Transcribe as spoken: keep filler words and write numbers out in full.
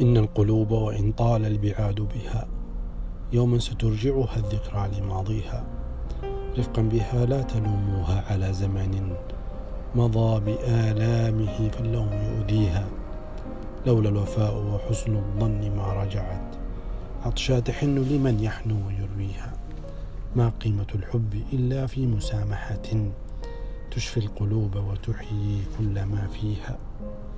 إن القلوب وإن طال البعاد بها يوما سترجعها الذكرى لماضيها. رفقا بها لا تلوموها على زمن مضى بآلامه فاللوم يؤذيها. لولا الوفاء وحسن الظن ما رجعت عطشا تحن لمن يحنو ويرويها. ما قيمة الحب إلا في مسامحة تشفي القلوب وتحيي كل ما فيها.